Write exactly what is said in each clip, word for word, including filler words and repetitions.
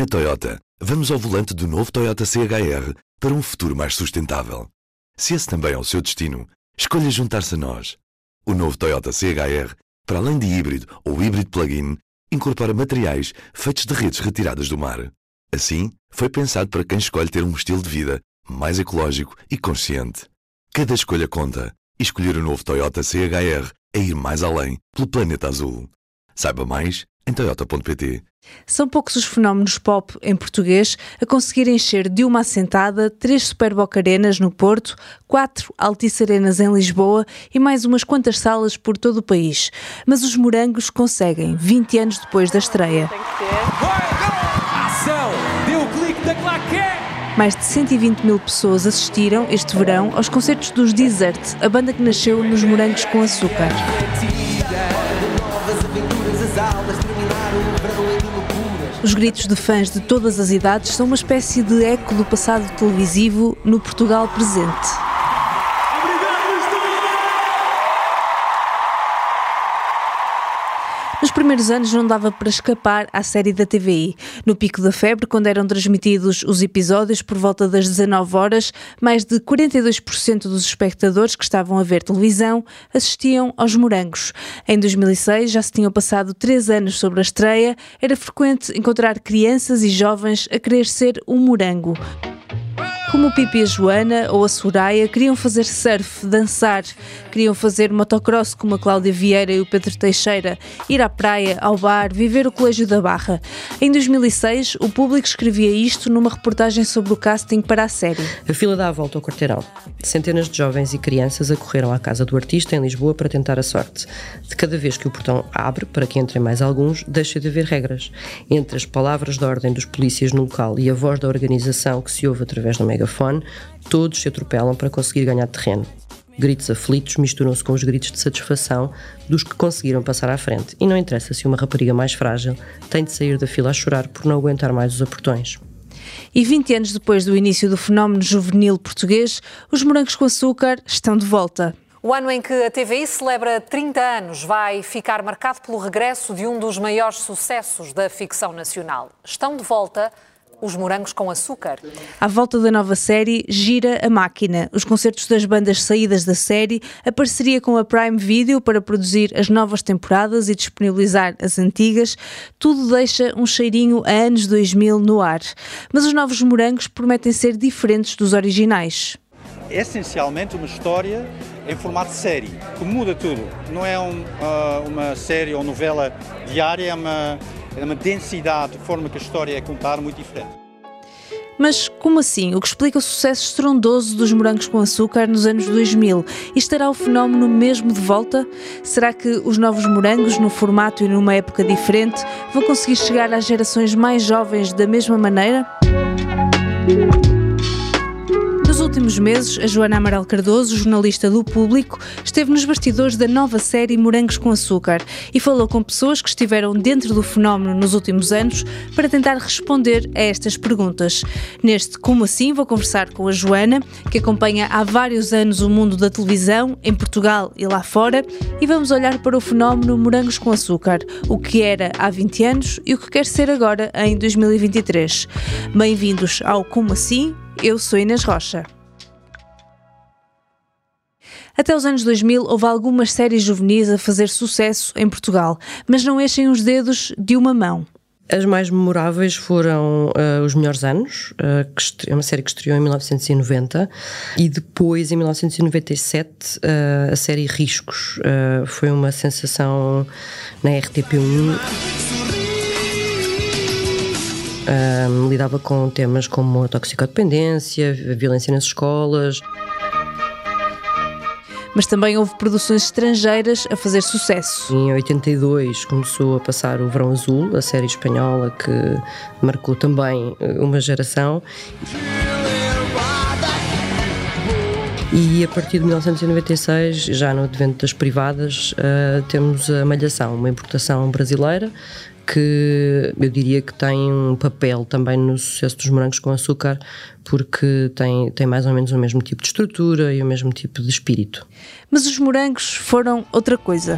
Na Toyota, vamos ao volante do novo Toyota C H R para um futuro mais sustentável. Se esse também é o seu destino, escolha juntar-se a nós. O novo Toyota C H R, para além de híbrido ou híbrido plug-in, incorpora materiais feitos de redes retiradas do mar. Assim, foi pensado para quem escolhe ter um estilo de vida mais ecológico e consciente. Cada escolha conta, e escolher o novo Toyota C H R é ir mais além pelo planeta azul. Saiba mais em toyota ponto pt. São poucos os fenómenos pop em português a conseguir encher de uma assentada três Superboc Arenas no Porto, quatro Altice Arenas em Lisboa e mais umas quantas salas por todo o país. Mas os Morangos conseguem, vinte anos depois da estreia. Ação! Deu o clique da claquete! Mais de cento e vinte mil pessoas assistiram este verão aos concertos dos Desert, a banda que nasceu nos Morangos com Açúcar. Os gritos de fãs de todas as idades são uma espécie de eco do passado televisivo no Portugal presente. Nos primeiros anos não dava para escapar à série da T V I. No pico da febre, quando eram transmitidos os episódios por volta das dezanove horas, mais de quarenta e dois por cento dos espectadores que estavam a ver televisão assistiam aos Morangos. Em dois mil e seis, já se tinham passado três anos sobre a estreia, era frequente encontrar crianças e jovens a querer ser um morango. Como o Pipi e a Joana ou a Soraya, queriam fazer surf, dançar, queriam fazer motocross como a Cláudia Vieira e o Pedro Teixeira, ir à praia, ao bar, viver o Colégio da Barra. Em dois mil e seis, o Público escrevia isto numa reportagem sobre o casting para a série. A fila dá a volta ao quarteirão. Centenas de jovens e crianças acorreram à casa do artista em Lisboa para tentar a sorte. De cada vez que o portão abre, para que entrem mais alguns, deixa de haver regras. Entre as palavras de ordem dos polícias no local e a voz da organização que se ouve através do megafone, todos se atropelam para conseguir ganhar terreno. Gritos aflitos misturam-se com os gritos de satisfação dos que conseguiram passar à frente. E não interessa se uma rapariga mais frágil tem de sair da fila a chorar por não aguentar mais os apertões. E vinte anos depois do início do fenómeno juvenil português, os Morangos com Açúcar estão de volta. O ano em que a T V I celebra trinta anos vai ficar marcado pelo regresso de um dos maiores sucessos da ficção nacional. Estão de volta os Morangos com Açúcar. À volta da nova série, gira a máquina. Os concertos das bandas saídas da série, a parceria com a Prime Video para produzir as novas temporadas e disponibilizar as antigas, tudo deixa um cheirinho a anos dois mil no ar. Mas os novos Morangos prometem ser diferentes dos originais. É essencialmente uma história em formato de série, que muda tudo. Não é um, uh, uma série ou novela diária, é uma... É uma densidade, de forma que a história é contada muito diferente. Mas como assim? O que explica o sucesso estrondoso dos Morangos com Açúcar nos anos dois mil? E estará o fenómeno mesmo de volta? Será que os novos Morangos, no formato e numa época diferente, vão conseguir chegar às gerações mais jovens da mesma maneira? Nos últimos meses, a Joana Amaral Cardoso, jornalista do Público, esteve nos bastidores da nova série Morangos com Açúcar e falou com pessoas que estiveram dentro do fenómeno nos últimos anos para tentar responder a estas perguntas. Neste Como Assim, vou conversar com a Joana, que acompanha há vários anos o mundo da televisão, em Portugal e lá fora, e vamos olhar para o fenómeno Morangos com Açúcar, o que era há vinte anos e o que quer ser agora em dois mil e vinte e três. Bem-vindos ao Como Assim. Eu sou Inês Rocha. Até os anos dois mil houve algumas séries juvenis a fazer sucesso em Portugal, mas não enchem os dedos de uma mão. As mais memoráveis foram uh, Os Melhores Anos, uh, que é uma série que estreou em mil novecentos e noventa, e depois, em mil novecentos e noventa e sete, uh, a série Riscos. Uh, foi uma sensação na R T P um. Um, lidava com temas como a toxicodependência, a violência nas escolas. Mas também houve produções estrangeiras a fazer sucesso. Em oitenta e dois começou a passar o Verão Azul, a série espanhola que marcou também uma geração. E a partir de mil novecentos e noventa e seis, já no advento das privadas, uh, temos a Malhação, uma importação brasileira, que eu diria que tem um papel também no sucesso dos Morangos com Açúcar, porque tem, tem mais ou menos o mesmo tipo de estrutura e o mesmo tipo de espírito. Mas os Morangos foram outra coisa.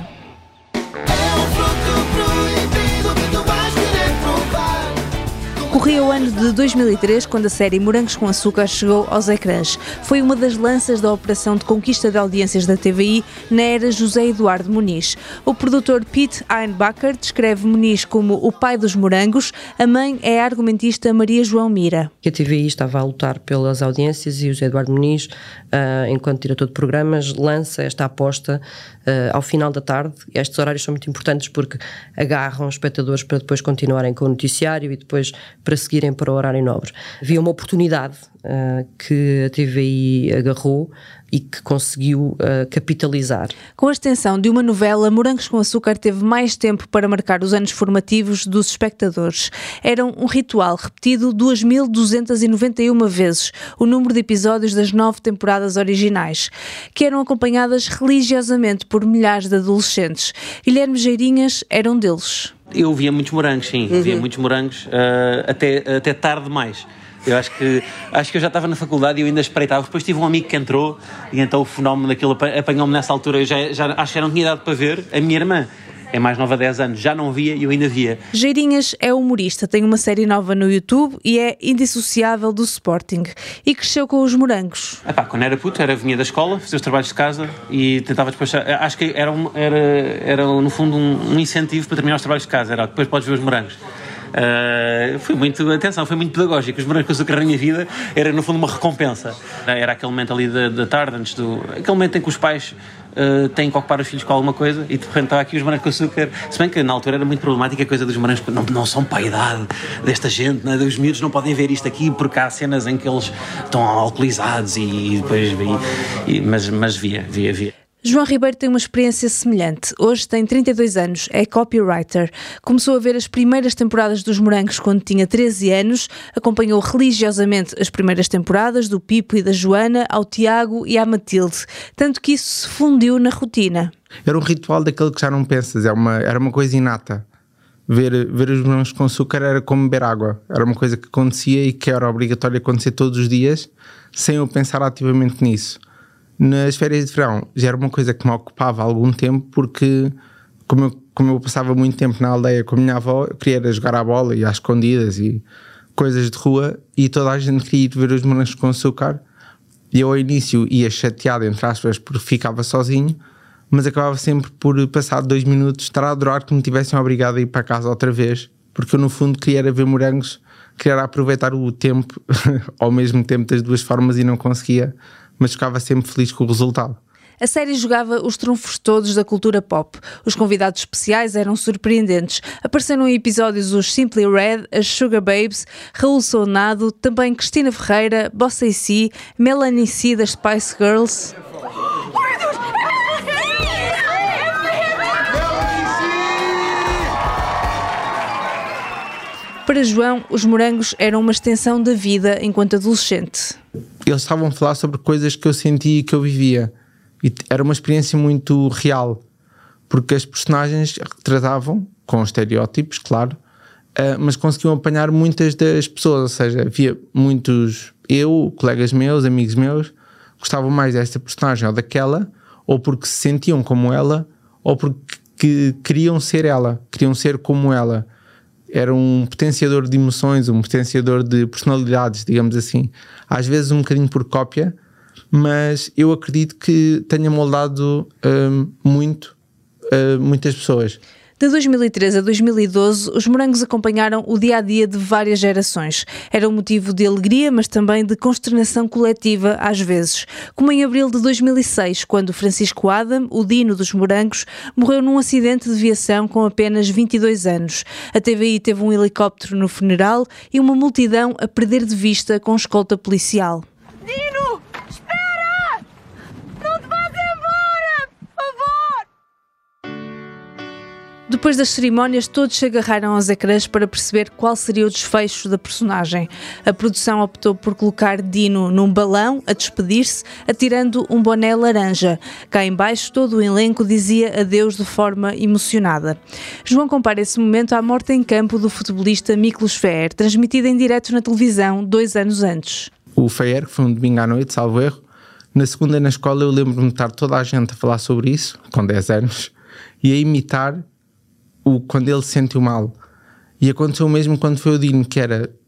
Corria o ano de dois mil e três quando a série Morangos com Açúcar chegou aos ecrãs. Foi uma das lanças da operação de conquista de audiências da T V I na era José Eduardo Muniz. O produtor Pete Einbacher descreve Muniz como o pai dos morangos, a mãe é a argumentista Maria João Mira. A T V I estava a lutar pelas audiências e o José Eduardo Muniz, uh, enquanto diretor de programas, lança esta aposta uh, ao final da tarde. Estes horários são muito importantes porque agarram os espectadores para depois continuarem com o noticiário e depois para seguirem para o horário nobre. Havia uma oportunidade uh, que a T V I agarrou e que conseguiu uh, capitalizar. Com a extensão de uma novela, Morangos com Açúcar teve mais tempo para marcar os anos formativos dos espectadores. Era um ritual repetido duas mil duzentas e noventa e uma vezes, o número de episódios das nove temporadas originais, que eram acompanhadas religiosamente por milhares de adolescentes. Guilherme Geirinhas era um deles. Eu via muitos morangos, sim, uhum. via muitos morangos, uh, até, até tarde demais. Eu acho que, acho que eu já estava na faculdade e eu ainda espreitava. Depois tive um amigo que entrou e então o fenómeno daquilo apanhou-me nessa altura. Eu já, já acho que já não tinha idade para ver. A minha irmã é mais nova, dez anos, já não via e eu ainda via. Geirinhas é humorista, tem uma série nova no YouTube e é indissociável do Sporting. E cresceu com os morangos. Epá, quando era puto, era, vinha da escola, fazia os trabalhos de casa e tentava depois... Acho que era, um, era, era no fundo um, um incentivo para terminar os trabalhos de casa. Era depois podes ver os morangos. Uh, foi muito, atenção, foi muito pedagógico. Os morangos com açúcar na minha vida era no fundo uma recompensa. Era aquele momento ali da, da tarde, antes do... Aquele momento em que os pais uh, têm que ocupar os filhos com alguma coisa e de repente estava aqui os morangos com açúcar. Se bem que na altura era muito problemática a coisa dos morangos, não, não são para a idade desta gente, né? Os miúdos não podem ver isto aqui porque há cenas em que eles estão alcoolizados e, e depois... E, e, mas, mas via, via, via. João Ribeiro tem uma experiência semelhante. Hoje tem trinta e dois anos, é copywriter. Começou a ver as primeiras temporadas dos Morangos quando tinha treze anos, acompanhou religiosamente as primeiras temporadas do Pipo e da Joana, ao Tiago e à Matilde, tanto que isso se fundiu na rotina. Era um ritual daquele que já não pensas, é uma, era uma coisa inata. Ver, ver os Morangos com Açúcar era como beber água, era uma coisa que acontecia e que era obrigatório acontecer todos os dias, sem eu pensar ativamente nisso. Nas férias de verão já era uma coisa que me ocupava há algum tempo porque como eu, como eu passava muito tempo na aldeia com a minha avó, eu queria era jogar à bola e às escondidas e coisas de rua e toda a gente queria ir ver os Morangos com Açúcar e eu ao início ia chateado entre aspas porque ficava sozinho, mas acabava sempre por passar dois minutos estar a adorar que me tivessem obrigado a ir para casa outra vez porque eu no fundo queria era ver morangos, queria aproveitar o tempo ao mesmo tempo das duas formas e não conseguia, mas ficava sempre feliz com o resultado. A série jogava os trunfos todos da cultura pop. Os convidados especiais eram surpreendentes. Apareceram em episódios os Simply Red, as Sugar Babes, Raul Solnado, também Cristina Ferreira, Bossa e Si, Melanie C das Spice Girls. Para João, os morangos eram uma extensão da vida enquanto adolescente. Eles estavam a falar sobre coisas que eu sentia e que eu vivia. E era uma experiência muito real. Porque as personagens retratavam, com estereótipos, claro, mas conseguiam apanhar muitas das pessoas. Ou seja, havia muitos, eu, colegas meus, amigos meus, gostavam mais desta personagem ou daquela, ou porque se sentiam como ela, ou porque queriam ser ela, queriam ser como ela. Era um potenciador de emoções, um potenciador de personalidades, digamos assim. Às vezes um bocadinho por cópia, mas eu acredito que tenha moldado um, muito uh, muitas pessoas. De dois mil e treze a dois mil e doze, os Morangos acompanharam o dia-a-dia de várias gerações. Era um motivo de alegria, mas também de consternação coletiva, às vezes. Como em abril de dois mil e seis, quando Francisco Adam, o Dino dos Morangos, morreu num acidente de viação com apenas vinte e dois anos. A T V I teve um helicóptero no funeral e uma multidão a perder de vista com escolta policial. Dino, espera! Não te vás embora, por favor! Depois das cerimónias, todos se agarraram aos ecrãs para perceber qual seria o desfecho da personagem. A produção optou por colocar Dino num balão, a despedir-se, atirando um boné laranja. Cá em baixo, todo o elenco dizia adeus de forma emocionada. João compara esse momento à morte em campo do futebolista Miklos Feher, transmitida em direto na televisão dois anos antes. O Feher, que foi um domingo à noite, salvo erro, na segunda na escola eu lembro-me de estar toda a gente a falar sobre isso, com dez anos, e a imitar o, quando ele se sentiu mal. E aconteceu mesmo quando foi o Dino, que era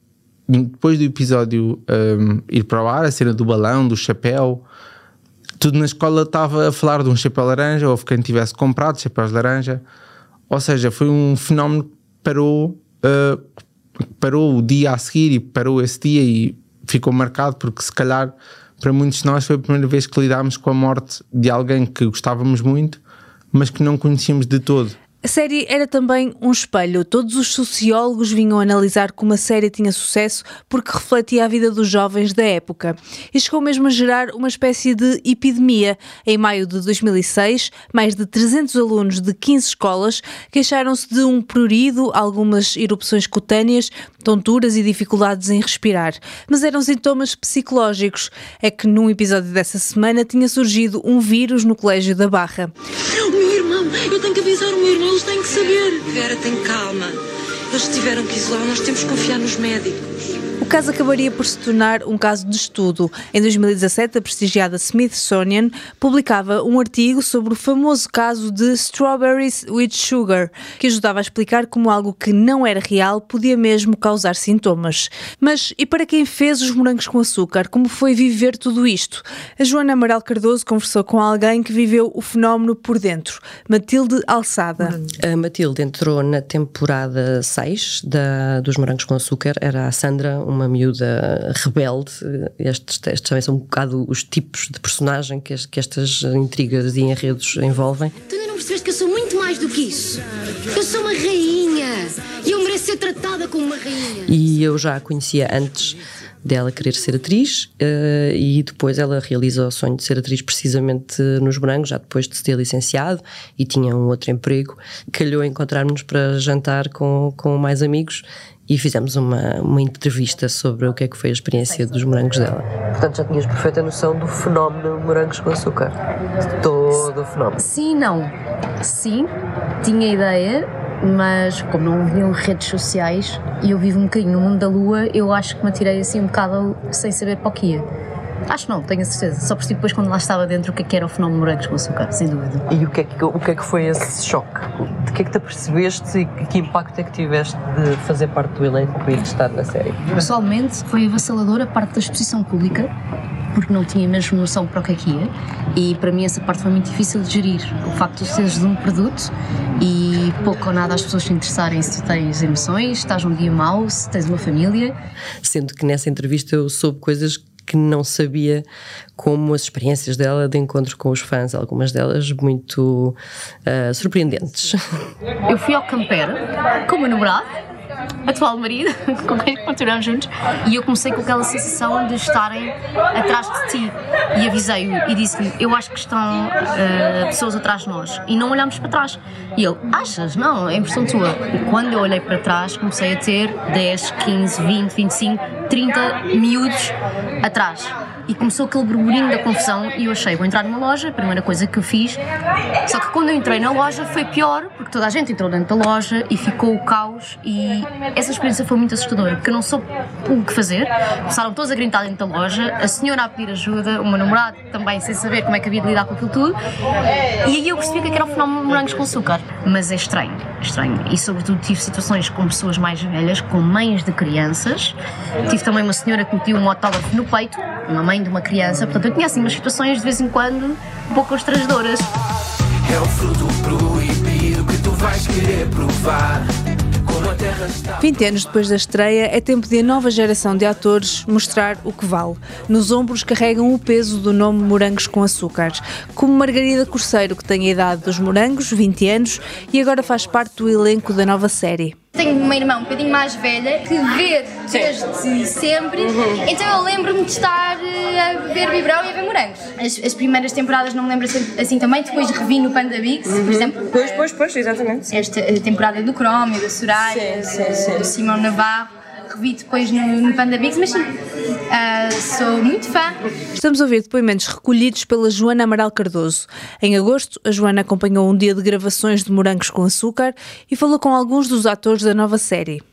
depois do episódio um, ir para o ar, a cena do balão, do chapéu, tudo na escola estava a falar de um chapéu laranja, houve quem tivesse comprado chapéus laranja, ou seja, foi um fenómeno que parou, uh, parou o dia a seguir e parou esse dia e ficou marcado, porque se calhar para muitos de nós foi a primeira vez que lidámos com a morte de alguém que gostávamos muito, mas que não conhecíamos de todo. A série era também um espelho. Todos os sociólogos vinham analisar como a série tinha sucesso porque refletia a vida dos jovens da época. E chegou mesmo a gerar uma espécie de epidemia. Em maio de dois mil e seis, mais de trezentos alunos de quinze escolas queixaram-se de um prurido, algumas erupções cutâneas, tonturas e dificuldades em respirar. Mas eram sintomas psicológicos. É que num episódio dessa semana tinha surgido um vírus no Colégio da Barra. O meu irmão, eu tenho que avisar o meu irmão, eles têm que saber. Vera, tem calma. Eles tiveram que isolar, nós temos que confiar nos médicos. O caso acabaria por se tornar um caso de estudo. Em dois mil e dezassete, a prestigiada Smithsonian publicava um artigo sobre o famoso caso de Strawberries with Sugar, que ajudava a explicar como algo que não era real podia mesmo causar sintomas. Mas e para quem fez os morangos com açúcar, como foi viver tudo isto? A Joana Amaral Cardoso conversou com alguém que viveu o fenómeno por dentro, Matilde Alçada. A Matilde entrou na temporada seis da, dos morangos com açúcar, era a Sandra, uma miúda rebelde. Estes, estes também são um bocado os tipos de personagem que, que estas intrigas e enredos envolvem. Tu ainda não percebeste que eu sou muito mais do que isso? Eu sou uma rainha e eu mereço ser tratada como uma rainha. E eu já a conhecia antes dela querer ser atriz, uh, e depois ela realiza o sonho de ser atriz precisamente nos morangos, já depois de se ter licenciado, e tinha um outro emprego. Calhou encontrar-nos para jantar com, com mais amigos e fizemos uma, uma entrevista sobre o que é que foi a experiência dos morangos dela. Portanto, já tinhas perfeita noção do fenómeno morangos com açúcar? De todo o fenómeno? Sim, não. Sim, tinha ideia, mas como não haviam redes sociais e eu vivo um bocadinho no mundo da lua, eu acho que me atirei assim um bocado sem saber para o que ia. Acho não, tenho a certeza. Só percebi depois quando lá estava dentro o que é que era o fenómeno morangos com açúcar, sem dúvida. E o que é que, o que, é que foi esse choque? De que é que te apercebeste e que impacto é que tiveste de fazer parte do elenco e de estar na série? Pessoalmente foi avassaladora a parte da exposição pública, porque não tinha mesmo noção para o que é que ia, e para mim essa parte foi muito difícil de gerir. O facto de seres de um produto e pouco ou nada as pessoas se interessarem se tu tens emoções, se estás um dia mau, se tens uma família. Sendo que nessa entrevista eu soube coisas que não sabia, como as experiências dela de encontro com os fãs, algumas delas muito uh, surpreendentes. Eu fui ao Campera com o meu namorado, atual marido, com quem continuamos juntos, e eu comecei com aquela sensação de estarem atrás de ti, e avisei-o e disse-lhe, eu acho que estão uh, pessoas atrás de nós, e não olhámos para trás. E ele, achas? Não, é impressão tua. E quando eu olhei para trás comecei a ter dez, quinze, vinte, vinte e cinco, trinta miúdos atrás. E começou aquele burburinho da confusão e eu achei, vou entrar numa loja, a primeira coisa que eu fiz. Só que quando eu entrei na loja foi pior, porque toda a gente entrou dentro da loja e ficou o caos, e essa experiência foi muito assustadora, porque eu não soube o que fazer. Começaram todos a gritar dentro da loja, a senhora a pedir ajuda, o meu namorado também sem saber como é que havia de lidar com aquilo tudo, e aí eu percebi que era o fenómeno de morangos com açúcar. Mas é estranho, é estranho, e sobretudo tive situações com pessoas mais velhas, com mães de crianças. Tive também uma senhora que metia um autógrafo no peito, uma mãe de uma criança, portanto eu tinha assim umas situações de vez em quando um pouco constrangedoras. É o fruto proibido que tu vais querer provar. vinte anos depois da estreia, é tempo de a nova geração de atores mostrar o que vale. Nos ombros carregam o peso do nome Morangos com Açúcar, como Margarida Corceiro, que tem a idade dos morangos, vinte anos, e agora faz parte do elenco da nova série. Tenho uma irmã um bocadinho mais velha que vê desde sempre, uhum. Então eu lembro-me de estar a ver Biberão e a ver Morangos. As, as primeiras temporadas não me lembro assim, assim também, depois revi no Panda Bigs, uhum. Por exemplo. Pois, pois, pois, exatamente. Esta a temporada do Crómio, da Soraya, sim, sim, sim. Do Simão Navarro. Revi depois no, no Panda Bigs, mas sim, uh, sou muito fã. Estamos a ouvir depoimentos recolhidos pela Joana Amaral Cardoso. Em agosto, a Joana acompanhou um dia de gravações de Morangos com Açúcar e falou com alguns dos atores da nova série.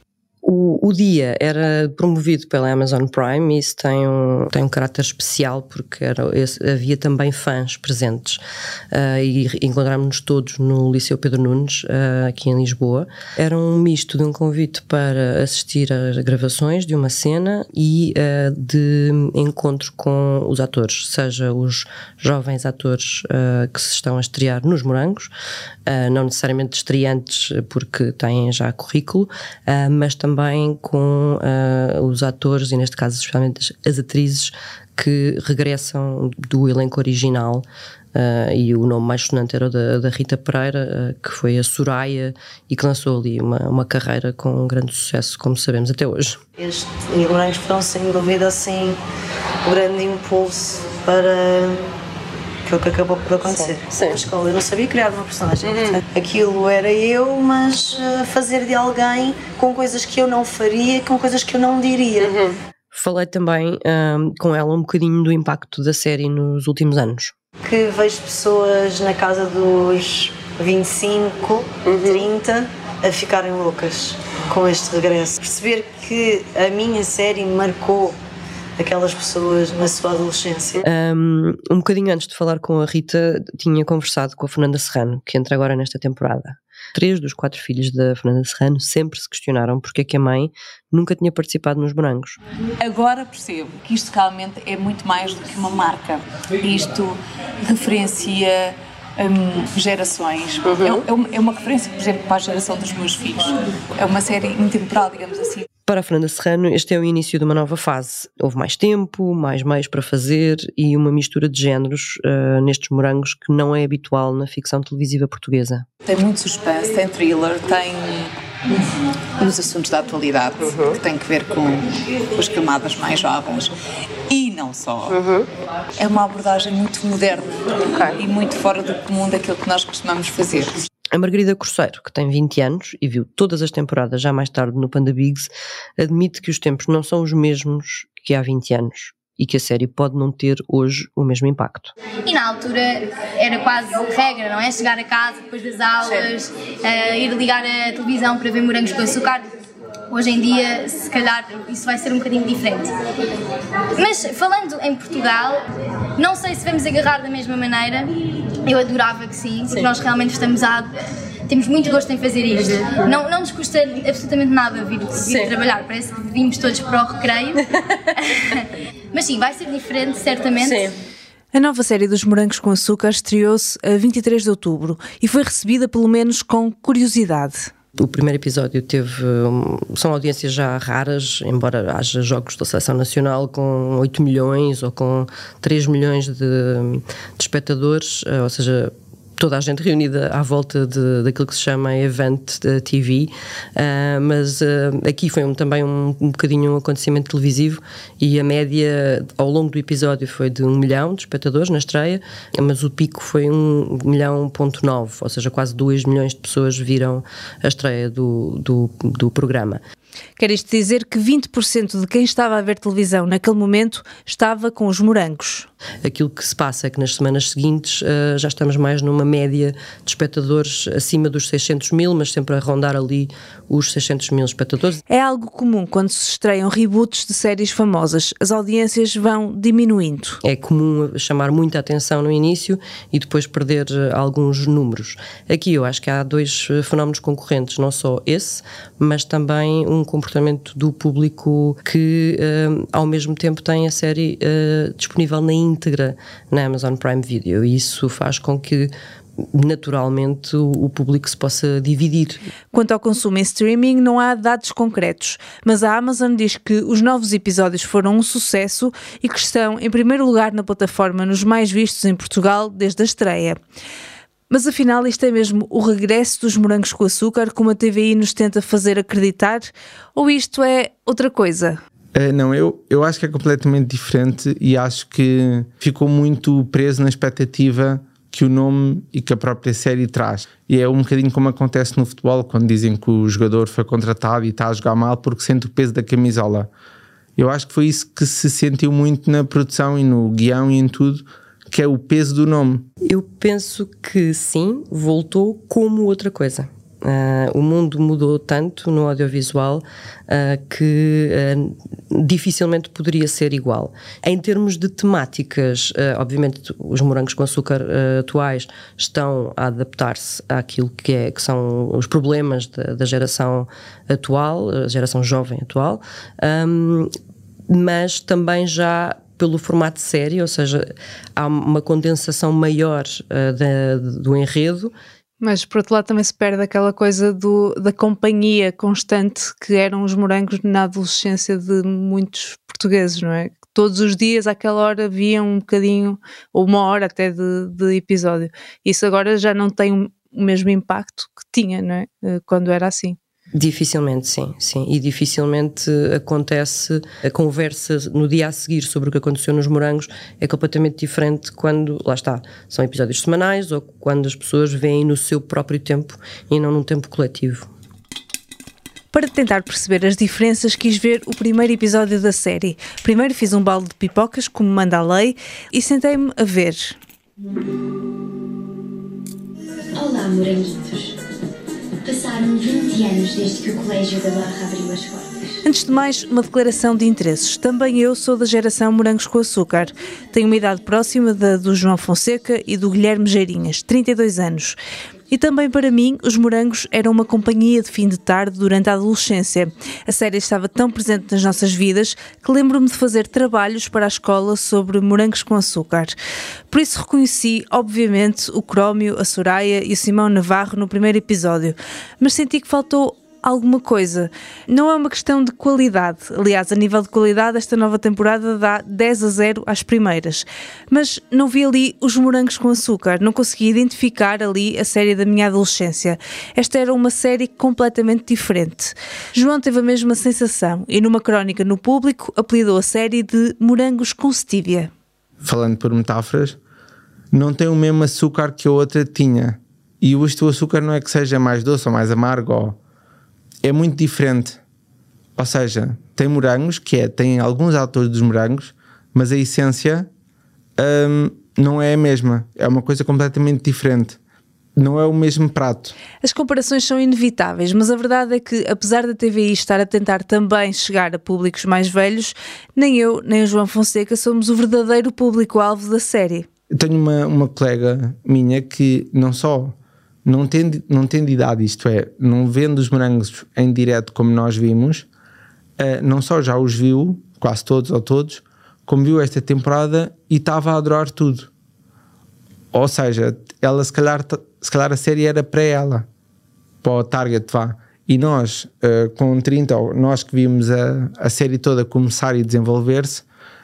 O, o dia era promovido pela Amazon Prime e isso tem um, tem um caráter especial porque era, esse, havia também fãs presentes uh, e encontrámos-nos todos no Liceu Pedro Nunes, uh, aqui em Lisboa. Era um misto de um convite para assistir a gravações de uma cena e uh, de encontro com os atores, seja os jovens atores uh, que se estão a estrear nos Morangos, uh, não necessariamente estreantes porque têm já currículo, uh, mas também também com uh, os atores e neste caso especialmente as atrizes que regressam do elenco original uh, e o nome mais sonante era o da, da Rita Pereira, uh, que foi a Soraya e que lançou ali uma, uma carreira com um grande sucesso, como sabemos até hoje. Estes Morangos foram sem dúvida assim um grande impulso para aquilo que acabou por acontecer. Sim, sim. Na escola eu não sabia criar uma personagem. Uhum. Aquilo era eu, mas uh, fazer de alguém com coisas que eu não faria, com coisas que eu não diria. Uhum. Falei também um, com ela um bocadinho do impacto da série nos últimos anos. Que vejo pessoas na casa dos vinte e cinco, uhum. trinta a ficarem loucas com este regresso. Perceber que a minha série marcou aquelas pessoas na sua adolescência. Um, um bocadinho antes de falar com a Rita, tinha conversado com a Fernanda Serrano, que entra agora nesta temporada. Três dos quatro filhos da Fernanda Serrano sempre se questionaram porque é que a mãe nunca tinha participado nos Morangos. Agora percebo que isto realmente é muito mais do que uma marca. Isto referencia um, gerações. Uhum. É, é, uma, é uma referência, por exemplo, para a geração dos meus filhos. É uma série intemporal, digamos assim. Para a Fernanda Serrano, este é o início de uma nova fase. Houve mais tempo, mais meios para fazer e uma mistura de géneros uh, nestes Morangos que não é habitual na ficção televisiva portuguesa. Tem muito suspense, tem thriller, tem os assuntos da atualidade, uhum. que tem que ver com, com as camadas mais jovens. E não só. Uhum. É uma abordagem muito moderna, okay. e muito fora do comum daquilo que nós costumamos fazer. A Margarida Corceiro, que tem vinte anos e viu todas as temporadas já mais tarde no Panda Bigs, admite que os tempos não são os mesmos que há vinte anos e que a série pode não ter hoje o mesmo impacto. E na altura era quase regra, não é? Chegar a casa depois das aulas, uh, ir ligar a televisão para ver Morangos com Açúcar. Hoje em dia, se calhar, isso vai ser um bocadinho diferente. Mas, falando em Portugal, não sei se vamos agarrar da mesma maneira. Eu adorava que sim, porque sim. nós realmente estamos a... Temos muito gosto em fazer isto. Não, não nos custa absolutamente nada vir, vir trabalhar. Parece que vimos todos para o recreio. Mas sim, vai ser diferente, certamente. Sim. A nova série dos Morangos com Açúcar estreou-se a vinte e três de outubro e foi recebida pelo menos com curiosidade. O primeiro episódio teve, são audiências já raras, embora haja jogos da Seleção Nacional com oito milhões ou com três milhões de, de espectadores, ou seja, toda a gente reunida à volta de, daquilo que se chama Event T V, uh, mas uh, aqui foi um, também um, um bocadinho um acontecimento televisivo e a média ao longo do episódio foi de um milhão de espectadores na estreia, mas o pico foi um milhão ponto nove, ou seja, quase dois milhões de pessoas viram a estreia do, do, do programa. Quer isto dizer que vinte por cento de quem estava a ver televisão naquele momento estava com os Morangos. Aquilo que se passa é que nas semanas seguintes uh, já estamos mais numa média de espectadores acima dos seiscentos mil, mas sempre a rondar ali os seiscentos mil espectadores. É algo comum quando se estreiam reboots de séries famosas, as audiências vão diminuindo. É comum chamar muita atenção no início e depois perder uh, alguns números. Aqui eu acho que há dois uh, fenómenos concorrentes, não só esse, mas também um comportamento do público que uh, ao mesmo tempo tem a série uh, disponível na íntegra na Amazon Prime Video e isso faz com que naturalmente o público se possa dividir. Quanto ao consumo em streaming não há dados concretos, mas a Amazon diz que os novos episódios foram um sucesso e que estão em primeiro lugar na plataforma nos mais vistos em Portugal desde a estreia. Mas afinal isto é mesmo o regresso dos Morangos com Açúcar, como a T V I nos tenta fazer acreditar, ou isto é outra coisa? Uh, não, eu, eu acho que é completamente diferente e acho que ficou muito preso na expectativa que o nome e que a própria série traz. E é um bocadinho como acontece no futebol, quando dizem que o jogador foi contratado e está a jogar mal porque sente o peso da camisola. Eu acho que foi isso que se sentiu muito na produção e no guião e em tudo, que é o peso do nome. Eu penso que sim, voltou como outra coisa. Uh, o mundo mudou tanto no audiovisual uh, que uh, dificilmente poderia ser igual. Em termos de temáticas, uh, obviamente os morangos com açúcar uh, atuais estão a adaptar-se àquilo que, é, que são os problemas da, da geração atual, a geração jovem atual, um, mas também já pelo formato de série, ou seja, há uma condensação maior uh, da, do enredo. Mas, por outro lado, também se perde aquela coisa do, da companhia constante que eram os morangos na adolescência de muitos portugueses, não é? Todos os dias, àquela hora, viam um bocadinho, ou uma hora até de, de episódio. Isso agora já não tem o mesmo impacto que tinha, não é? Quando era assim. Dificilmente, sim, sim. E dificilmente acontece a conversa no dia a seguir sobre o que aconteceu nos morangos, é completamente diferente quando, lá está, são episódios semanais ou quando as pessoas veem no seu próprio tempo e não num tempo coletivo. Para tentar perceber as diferenças, quis ver o primeiro episódio da série. Primeiro fiz um balde de pipocas, como manda a lei, e sentei-me a ver. Olá, moranguitos. Passaram vinte anos desde que o Colégio da Barra abriu as portas. Antes de mais, uma declaração de interesses. Também eu sou da geração Morangos com Açúcar. Tenho uma idade próxima da do João Fonseca e do Guilherme Geirinhas, trinta e dois anos. E também para mim, os morangos eram uma companhia de fim de tarde durante a adolescência. A série estava tão presente nas nossas vidas que lembro-me de fazer trabalhos para a escola sobre morangos com açúcar. Por isso reconheci, obviamente, o Crómio, a Soraya e o Simão Navarro no primeiro episódio. Mas senti que faltou alguma coisa. Não é uma questão de qualidade. Aliás, a nível de qualidade, esta nova temporada dá dez a zero às primeiras. Mas não vi ali os morangos com açúcar. Não consegui identificar ali a série da minha adolescência. Esta era uma série completamente diferente. João teve a mesma sensação e numa crónica no Público apelidou a série de Morangos com Stevia. Falando por metáforas, não tem o mesmo açúcar que a outra tinha. E o açúcar não é que seja mais doce ou mais amargo ou... é muito diferente, ou seja, tem morangos, que é, tem alguns autores dos morangos, mas a essência hum, não é a mesma, é uma coisa completamente diferente, não é o mesmo prato. As comparações são inevitáveis, mas a verdade é que, apesar da T V I estar a tentar também chegar a públicos mais velhos, nem eu, nem o João Fonseca somos o verdadeiro público-alvo da série. Eu tenho uma, uma colega minha que não só... Não tem, não tem de idade, isto é, não vendo os morangos em direto como nós vimos, uh, não só já os viu, quase todos ou todos, como viu esta temporada e estava a adorar tudo. Ou seja, ela se calhar, se calhar a série era para ela, para o target, vá. E nós, uh, com trinta, ou nós que vimos a, a série toda começar e desenvolver-se,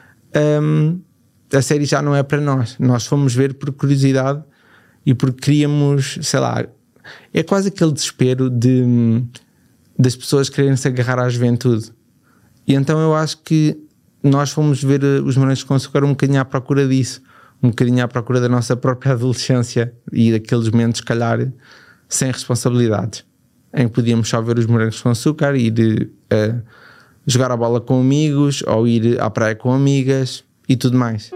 um, a série já não é para nós. Nós fomos ver por curiosidade e porque queríamos, sei lá, é quase aquele desespero de, das pessoas quererem se agarrar à juventude. E então eu acho que nós fomos ver os Morangos com Açúcar um bocadinho à procura disso, um bocadinho à procura da nossa própria adolescência e daqueles momentos, se calhar, sem responsabilidades, em que podíamos só ver os Morangos com Açúcar, ir uh, jogar a bola com amigos ou ir à praia com amigas e tudo mais.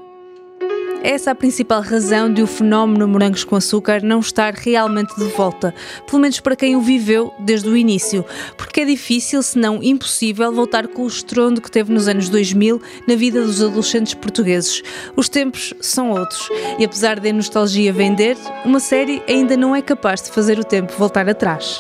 Essa é a principal razão de o fenómeno Morangos com Açúcar não estar realmente de volta, pelo menos para quem o viveu desde o início, porque é difícil, se não impossível, voltar com o estrondo que teve nos anos dois mil na vida dos adolescentes portugueses. Os tempos são outros e, apesar de a nostalgia vender, uma série ainda não é capaz de fazer o tempo voltar atrás.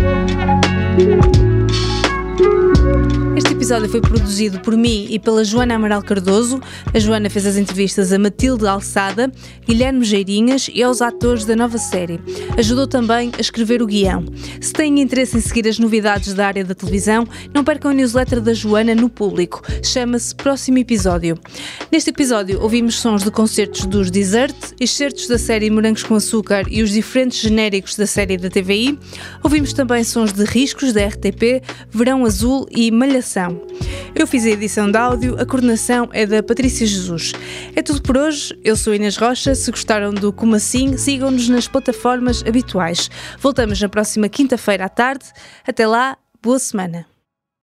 Este episódio foi produzido por mim e pela Joana Amaral Cardoso. A Joana fez as entrevistas a Matilde Alçada, Guilherme Geirinhas e aos atores da nova série. Ajudou também a escrever o guião. Se têm interesse em seguir as novidades da área da televisão, não percam a newsletter da Joana no Público. Chama-se Próximo Episódio. Neste episódio ouvimos sons de concertos dos Desert, excertos da série Morangos com Açúcar e os diferentes genéricos da série da T V I. Ouvimos também sons de Riscos da R T P, Verão Azul e Malhação. Eu fiz a edição de áudio, a coordenação é da Patrícia Jesus. É tudo por hoje, eu sou Inês Rocha. Se gostaram do Como Assim, sigam-nos nas plataformas habituais. Voltamos na próxima quinta-feira à tarde. Até lá, boa semana.